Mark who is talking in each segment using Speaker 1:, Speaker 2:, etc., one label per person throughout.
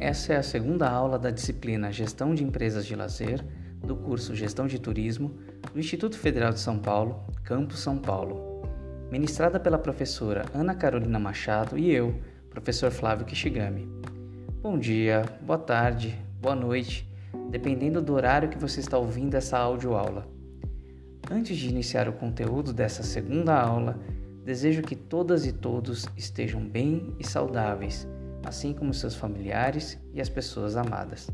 Speaker 1: Essa é a segunda aula da disciplina Gestão de Empresas de Lazer, do curso Gestão de Turismo, do Instituto Federal de São Paulo, Campus São Paulo, ministrada pela professora Ana Carolina Machado e eu, professor Flávio Kishigami. Bom dia, boa tarde, boa noite, dependendo do horário que você está ouvindo essa audioaula. Antes de iniciar o conteúdo dessa segunda aula, desejo que todas e todos estejam bem e saudáveis, assim como seus familiares e as pessoas amadas.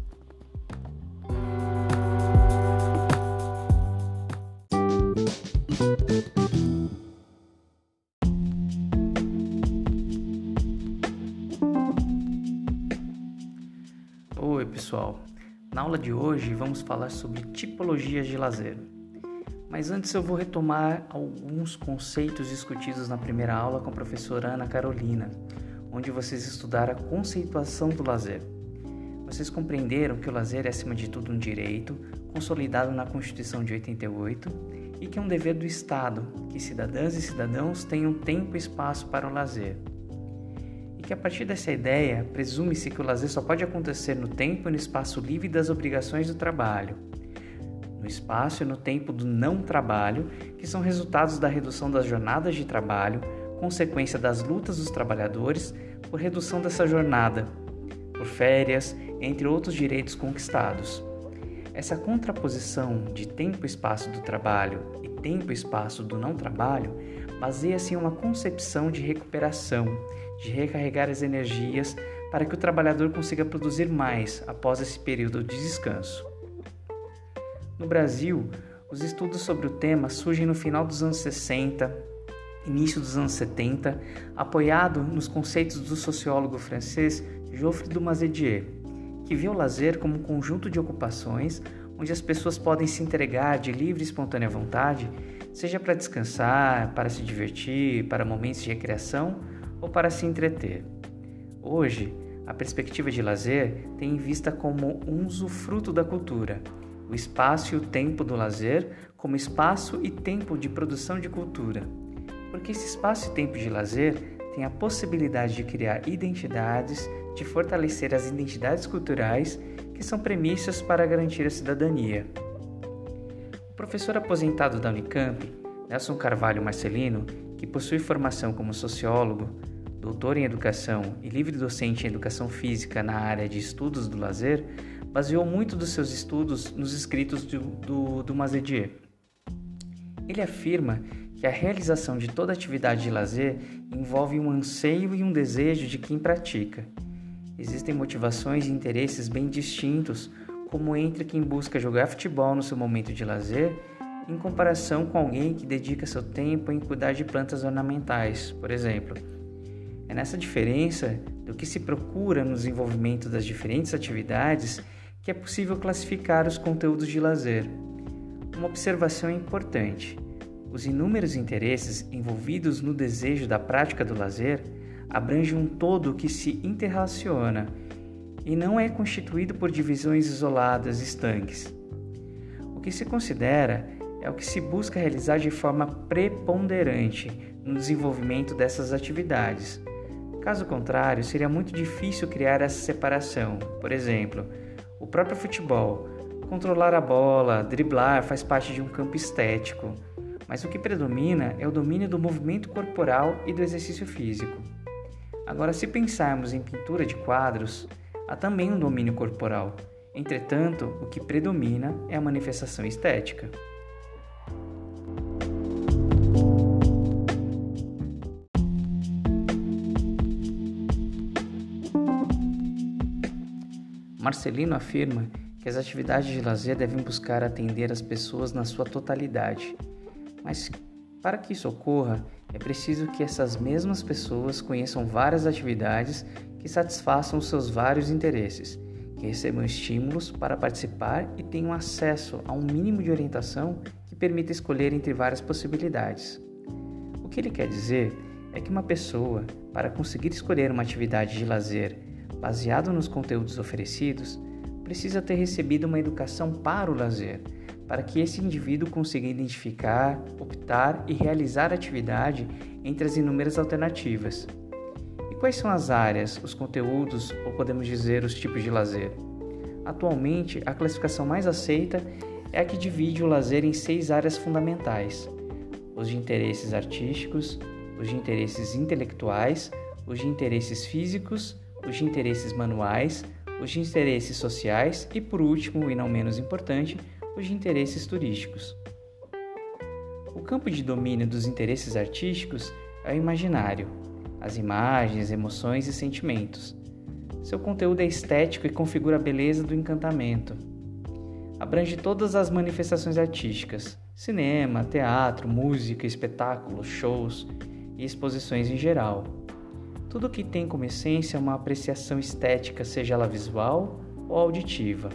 Speaker 1: Oi, pessoal! Na aula de hoje vamos falar sobre tipologias de lazer. Mas antes eu vou retomar alguns conceitos discutidos na primeira aula com a professora Ana Carolina, onde vocês estudaram a conceituação do lazer. Vocês compreenderam que o lazer é, acima de tudo, um direito, consolidado na Constituição de 88, e que é um dever do Estado, que cidadãs e cidadãos tenham tempo e espaço para o lazer. E que a partir dessa ideia, presume-se que o lazer só pode acontecer no tempo e no espaço livre das obrigações do trabalho, no espaço e no tempo do não trabalho, que são resultados da redução das jornadas de trabalho, consequência das lutas dos trabalhadores por redução dessa jornada, por férias, entre outros direitos conquistados. Essa contraposição de tempo e espaço do trabalho e tempo e espaço do não trabalho baseia-se em uma concepção de recuperação, de recarregar as energias para que o trabalhador consiga produzir mais após esse período de descanso. No Brasil, os estudos sobre o tema surgem no final dos anos 60, início dos anos 70, apoiado nos conceitos do sociólogo francês Geoffroy de Mazetier, que vê o lazer como um conjunto de ocupações onde as pessoas podem se entregar de livre e espontânea vontade, seja para descansar, para se divertir, para momentos de recreação ou para se entreter. Hoje, a perspectiva de lazer tem em vista como um usufruto da cultura, o espaço e o tempo do lazer como espaço e tempo de produção de cultura, porque esse espaço e tempo de lazer tem a possibilidade de criar identidades, de fortalecer as identidades culturais que são premissas para garantir a cidadania. O professor aposentado da Unicamp, Nelson Carvalho Marcelino, que possui formação como sociólogo, doutor em educação e livre docente em educação física na área de estudos do lazer, baseou muito dos seus estudos nos escritos do Mazetier. Ele afirma que a realização de toda atividade de lazer envolve um anseio e um desejo de quem pratica. Existem motivações e interesses bem distintos, como entre quem busca jogar futebol no seu momento de lazer, em comparação com alguém que dedica seu tempo em cuidar de plantas ornamentais, por exemplo. É nessa diferença do que se procura no desenvolvimento das diferentes atividades que é possível classificar os conteúdos de lazer. Uma observação importante: os inúmeros interesses envolvidos no desejo da prática do lazer abrangem um todo que se interrelaciona e não é constituído por divisões isoladas estanques. O que se considera é o que se busca realizar de forma preponderante no desenvolvimento dessas atividades. Caso contrário, seria muito difícil criar essa separação. Por exemplo, o próprio futebol, controlar a bola, driblar faz parte de um campo estético, mas o que predomina é o domínio do movimento corporal e do exercício físico. Agora, se pensarmos em pintura de quadros, há também um domínio corporal. Entretanto, o que predomina é a manifestação estética. Marcelino afirma que as atividades de lazer devem buscar atender as pessoas na sua totalidade, mas para que isso ocorra, é preciso que essas mesmas pessoas conheçam várias atividades que satisfaçam os seus vários interesses, que recebam estímulos para participar e tenham acesso a um mínimo de orientação que permita escolher entre várias possibilidades. O que ele quer dizer é que uma pessoa, para conseguir escolher uma atividade de lazer baseado nos conteúdos oferecidos, precisa ter recebido uma educação para o lazer, para que esse indivíduo consiga identificar, optar e realizar a atividade entre as inúmeras alternativas. E quais são as áreas, os conteúdos, ou podemos dizer os tipos de lazer? Atualmente, a classificação mais aceita é a que divide o lazer em 6 áreas fundamentais: os de interesses artísticos, os de interesses intelectuais, os de interesses físicos, os de interesses manuais, os de interesses sociais e, por último, e não menos importante, os de interesses turísticos. O campo de domínio dos interesses artísticos é o imaginário, as imagens, emoções e sentimentos. Seu conteúdo é estético e configura a beleza do encantamento. Abrange todas as manifestações artísticas: cinema, teatro, música, espetáculos, shows e exposições em geral. Tudo o que tem como essência uma apreciação estética, seja ela visual ou auditiva.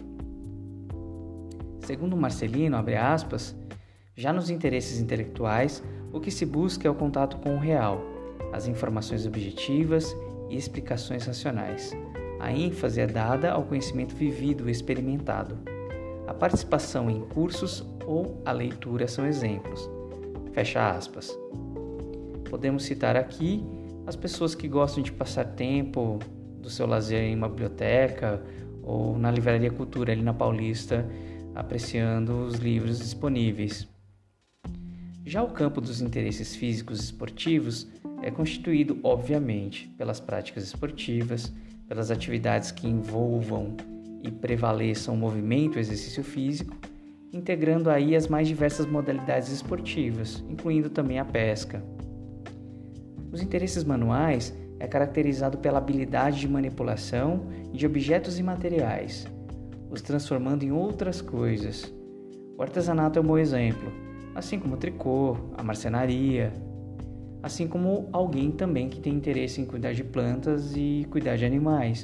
Speaker 1: Segundo Marcelino, abre aspas, já nos interesses intelectuais, o que se busca é o contato com o real, as informações objetivas e explicações racionais. A ênfase é dada ao conhecimento vivido e experimentado. A participação em cursos ou a leitura são exemplos. Fecha aspas. Podemos citar aqui as pessoas que gostam de passar tempo do seu lazer em uma biblioteca ou na Livraria Cultura, ali na Paulista, apreciando os livros disponíveis. Já o campo dos interesses físicos e esportivos é constituído, obviamente, pelas práticas esportivas, pelas atividades que envolvam e prevaleçam o movimento e o exercício físico, integrando aí as mais diversas modalidades esportivas, incluindo também a pesca. Os interesses manuais é caracterizado pela habilidade de manipulação de objetos e materiais, os transformando em outras coisas. O artesanato é um bom exemplo, assim como o tricô, a marcenaria, assim como alguém também que tem interesse em cuidar de plantas e cuidar de animais.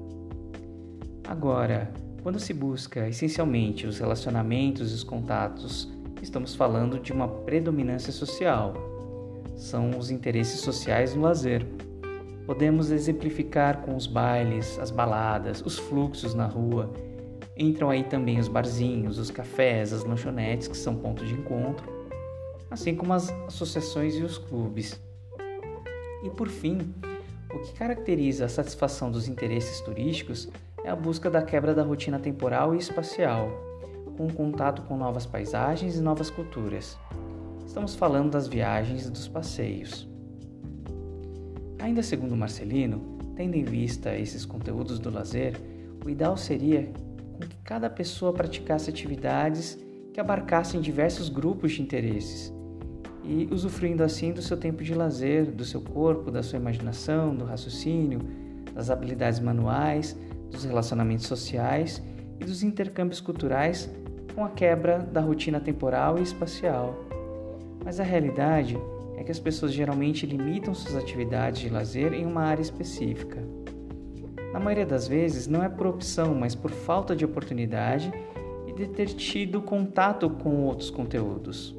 Speaker 1: Agora, quando se busca essencialmente os relacionamentos e os contatos, estamos falando de uma predominância social. São os interesses sociais no lazer. Podemos exemplificar com os bailes, as baladas, os fluxos na rua. Entram aí também os barzinhos, os cafés, as lanchonetes, que são pontos de encontro, assim como as associações e os clubes. E por fim, o que caracteriza a satisfação dos interesses turísticos é a busca da quebra da rotina temporal e espacial, com o contato com novas paisagens e novas culturas. Estamos falando das viagens e dos passeios. Ainda segundo Marcelino, tendo em vista esses conteúdos do lazer, o ideal seria com que cada pessoa praticasse atividades que abarcassem diversos grupos de interesses e usufruindo assim do seu tempo de lazer, do seu corpo, da sua imaginação, do raciocínio, das habilidades manuais, dos relacionamentos sociais e dos intercâmbios culturais com a quebra da rotina temporal e espacial. Mas a realidade é que as pessoas geralmente limitam suas atividades de lazer em uma área específica. Na maioria das vezes, não é por opção, mas por falta de oportunidade e de ter tido contato com outros conteúdos.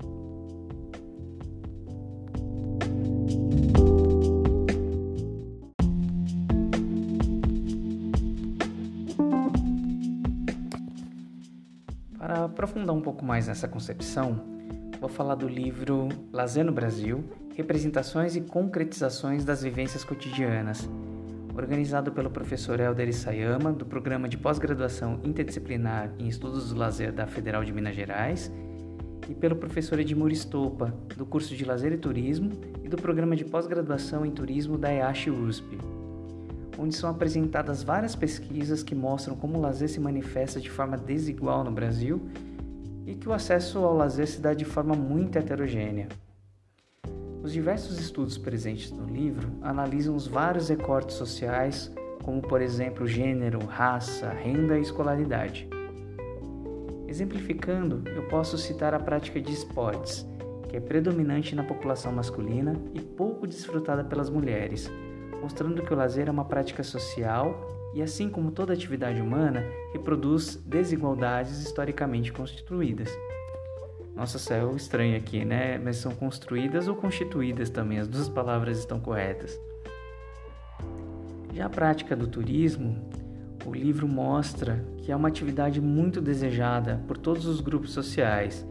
Speaker 1: Para aprofundar um pouco mais nessa concepção, vou falar do livro Lazer no Brasil, Representações e Concretizações das Vivências Cotidianas, organizado pelo professor Helder Isayama, do Programa de Pós-Graduação Interdisciplinar em Estudos do Lazer da Federal de Minas Gerais, e pelo professor Edmur Estopa, do curso de Lazer e Turismo e do Programa de Pós-Graduação em Turismo da EASH-USP, onde são apresentadas várias pesquisas que mostram como o lazer se manifesta de forma desigual no Brasil e que o acesso ao lazer se dá de forma muito heterogênea. Os diversos estudos presentes no livro analisam os vários recortes sociais, como por exemplo gênero, raça, renda e escolaridade. Exemplificando, eu posso citar a prática de esportes, que é predominante na população masculina e pouco desfrutada pelas mulheres, mostrando que o lazer é uma prática social e, assim como toda atividade humana, reproduz desigualdades historicamente constituídas. Nossa, céu estranho aqui, né? Mas são construídas ou constituídas também, as duas palavras estão corretas. Já a prática do turismo, o livro mostra que é uma atividade muito desejada por todos os grupos sociais,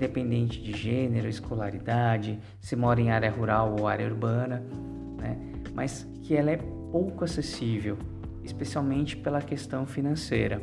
Speaker 1: independente de gênero, escolaridade, se mora em área rural ou área urbana, né? mas que ela é pouco acessível, especialmente pela questão financeira.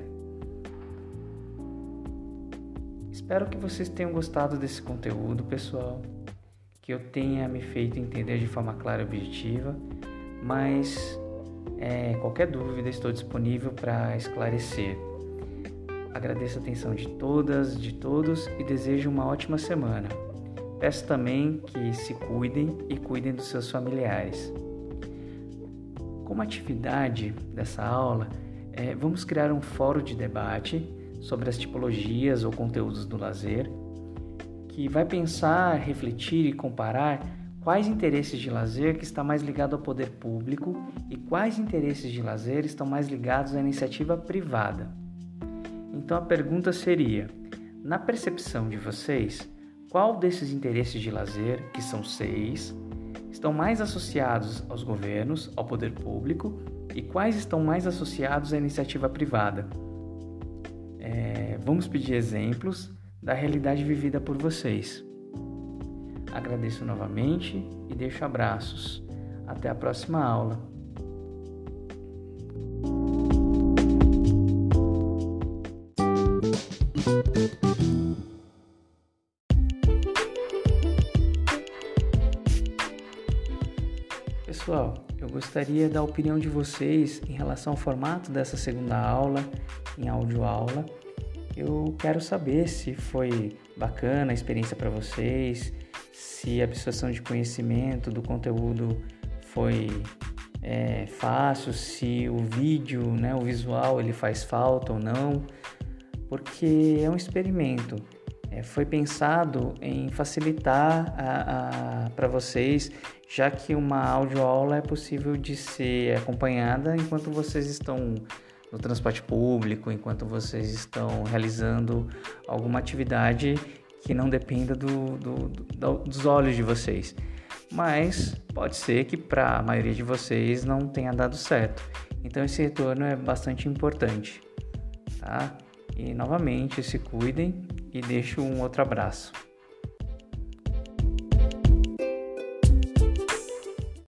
Speaker 1: Espero que vocês tenham gostado desse conteúdo, pessoal, que eu tenha me feito entender de forma clara e objetiva, mas qualquer dúvida estou disponível para esclarecer. Agradeço a atenção de todas, de todos e desejo uma ótima semana. Peço também que se cuidem e cuidem dos seus familiares. Como atividade dessa aula, vamos criar um fórum de debate sobre as tipologias ou conteúdos do lazer, que vai pensar, refletir e comparar quais interesses de lazer que está mais ligado ao poder público e quais interesses de lazer estão mais ligados à iniciativa privada. Então a pergunta seria: na percepção de vocês, qual desses interesses de lazer, que são 6, estão mais associados aos governos, ao poder público, e quais estão mais associados à iniciativa privada? Vamos pedir exemplos da realidade vivida por vocês. Agradeço novamente e deixo abraços. Até a próxima aula. Pessoal, eu gostaria da opinião de vocês em relação ao formato dessa segunda aula, em audioaula. Eu quero saber se foi bacana a experiência para vocês, se a absorção de conhecimento do conteúdo foi fácil, se o vídeo, o visual, ele faz falta ou não, porque é um experimento. Foi pensado em facilitar para vocês, já que uma audioaula é possível de ser acompanhada enquanto vocês estão no transporte público, enquanto vocês estão realizando alguma atividade que não dependa dos olhos de vocês. Mas pode ser que para a maioria de vocês não tenha dado certo. Então esse retorno é bastante importante, tá? E novamente se cuidem e deixo um outro abraço.